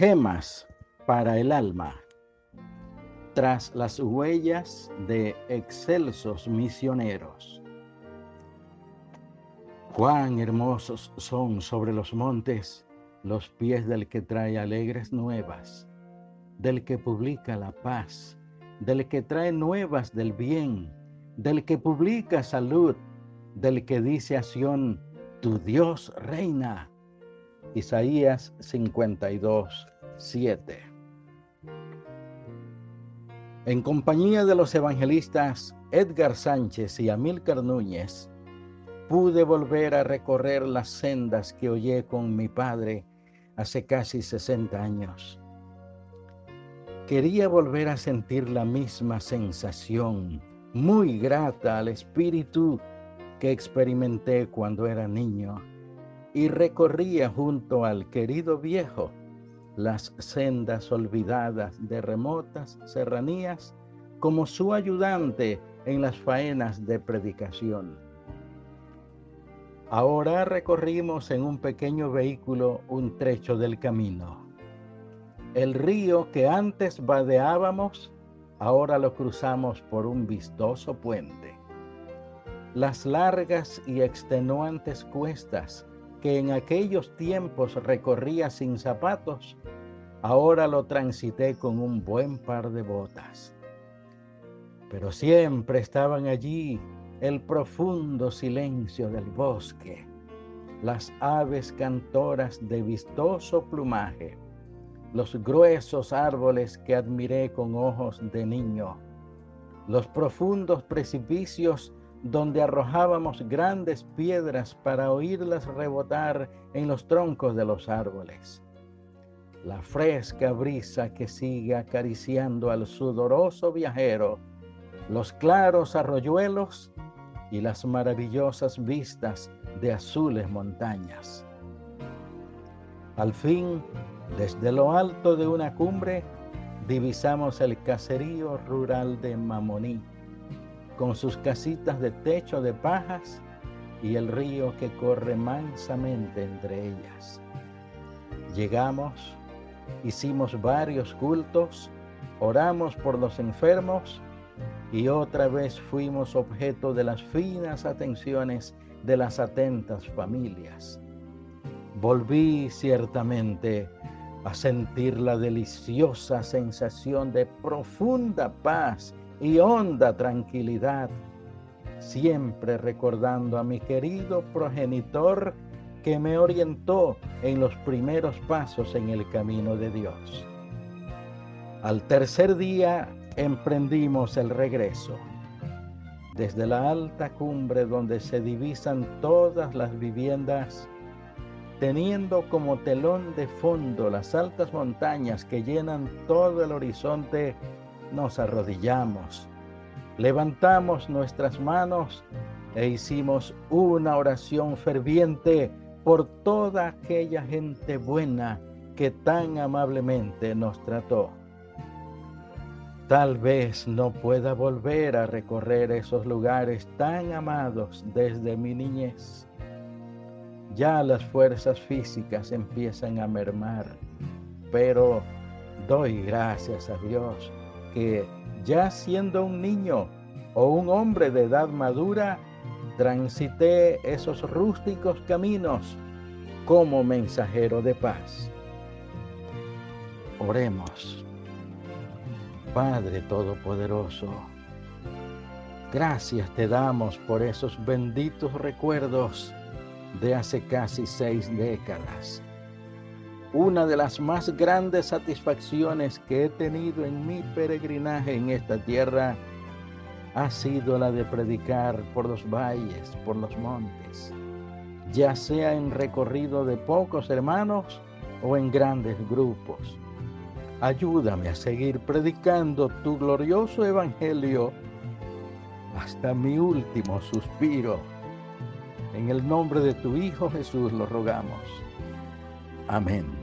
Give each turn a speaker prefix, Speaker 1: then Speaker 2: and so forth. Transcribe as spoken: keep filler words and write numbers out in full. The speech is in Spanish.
Speaker 1: Gemas para el alma. Tras las huellas de excelsos misioneros. Cuán hermosos son sobre los montes los pies del que trae alegres nuevas, del que publica la paz, del que trae nuevas del bien, del que publica salud, del que dice a Sión, tu Dios reina. Isaías cincuenta y dos, siete. En compañía de los evangelistas Edgar Sánchez y Amílcar Núñez, pude volver a recorrer las sendas que hollé con mi padre hace casi sesenta años. Quería volver a sentir la misma sensación, muy grata al espíritu que experimenté cuando era niño, y recorría junto al querido viejo las sendas olvidadas de remotas serranías como su ayudante en las faenas de predicación. Ahora recorrimos en un pequeño vehículo un trecho del camino. El río que antes vadeábamos, ahora lo cruzamos por un vistoso puente. Las largas y extenuantes cuestas que en aquellos tiempos recorría sin zapatos, ahora lo transité con un buen par de botas. Pero siempre estaban allí el profundo silencio del bosque, las aves cantoras de vistoso plumaje, los gruesos árboles que admiré con ojos de niño, los profundos precipicios donde arrojábamos grandes piedras para oírlas rebotar en los troncos de los árboles, la fresca brisa que sigue acariciando al sudoroso viajero, los claros arroyuelos y las maravillosas vistas de azules montañas. Al fin, desde lo alto de una cumbre, divisamos el caserío rural de Mamoní, con sus casitas de techo de pajas y el río que corre mansamente entre ellas. Llegamos, hicimos varios cultos, oramos por los enfermos y otra vez fuimos objeto de las finas atenciones de las atentas familias. Volví ciertamente a sentir la deliciosa sensación de profunda paz y honda tranquilidad, siempre recordando a mi querido progenitor que me orientó en los primeros pasos en el camino de Dios. Al tercer día emprendimos el regreso. Desde la alta cumbre donde se divisan todas las viviendas, teniendo como telón de fondo las altas montañas que llenan todo el horizonte, nos arrodillamos, levantamos nuestras manos e hicimos una oración ferviente por toda aquella gente buena que tan amablemente nos trató. Tal vez no pueda volver a recorrer esos lugares tan amados desde mi niñez. Ya las fuerzas físicas empiezan a mermar, pero doy gracias a Dios que ya siendo un niño o un hombre de edad madura, transité esos rústicos caminos como mensajero de paz. Oremos. Padre Todopoderoso, gracias te damos por esos benditos recuerdos de hace casi seis décadas. Una de las más grandes satisfacciones que he tenido en mi peregrinaje en esta tierra ha sido la de predicar por los valles, por los montes, ya sea en recorrido de pocos hermanos o en grandes grupos. Ayúdame a seguir predicando tu glorioso evangelio hasta mi último suspiro. En el nombre de tu Hijo Jesús lo rogamos. Amén.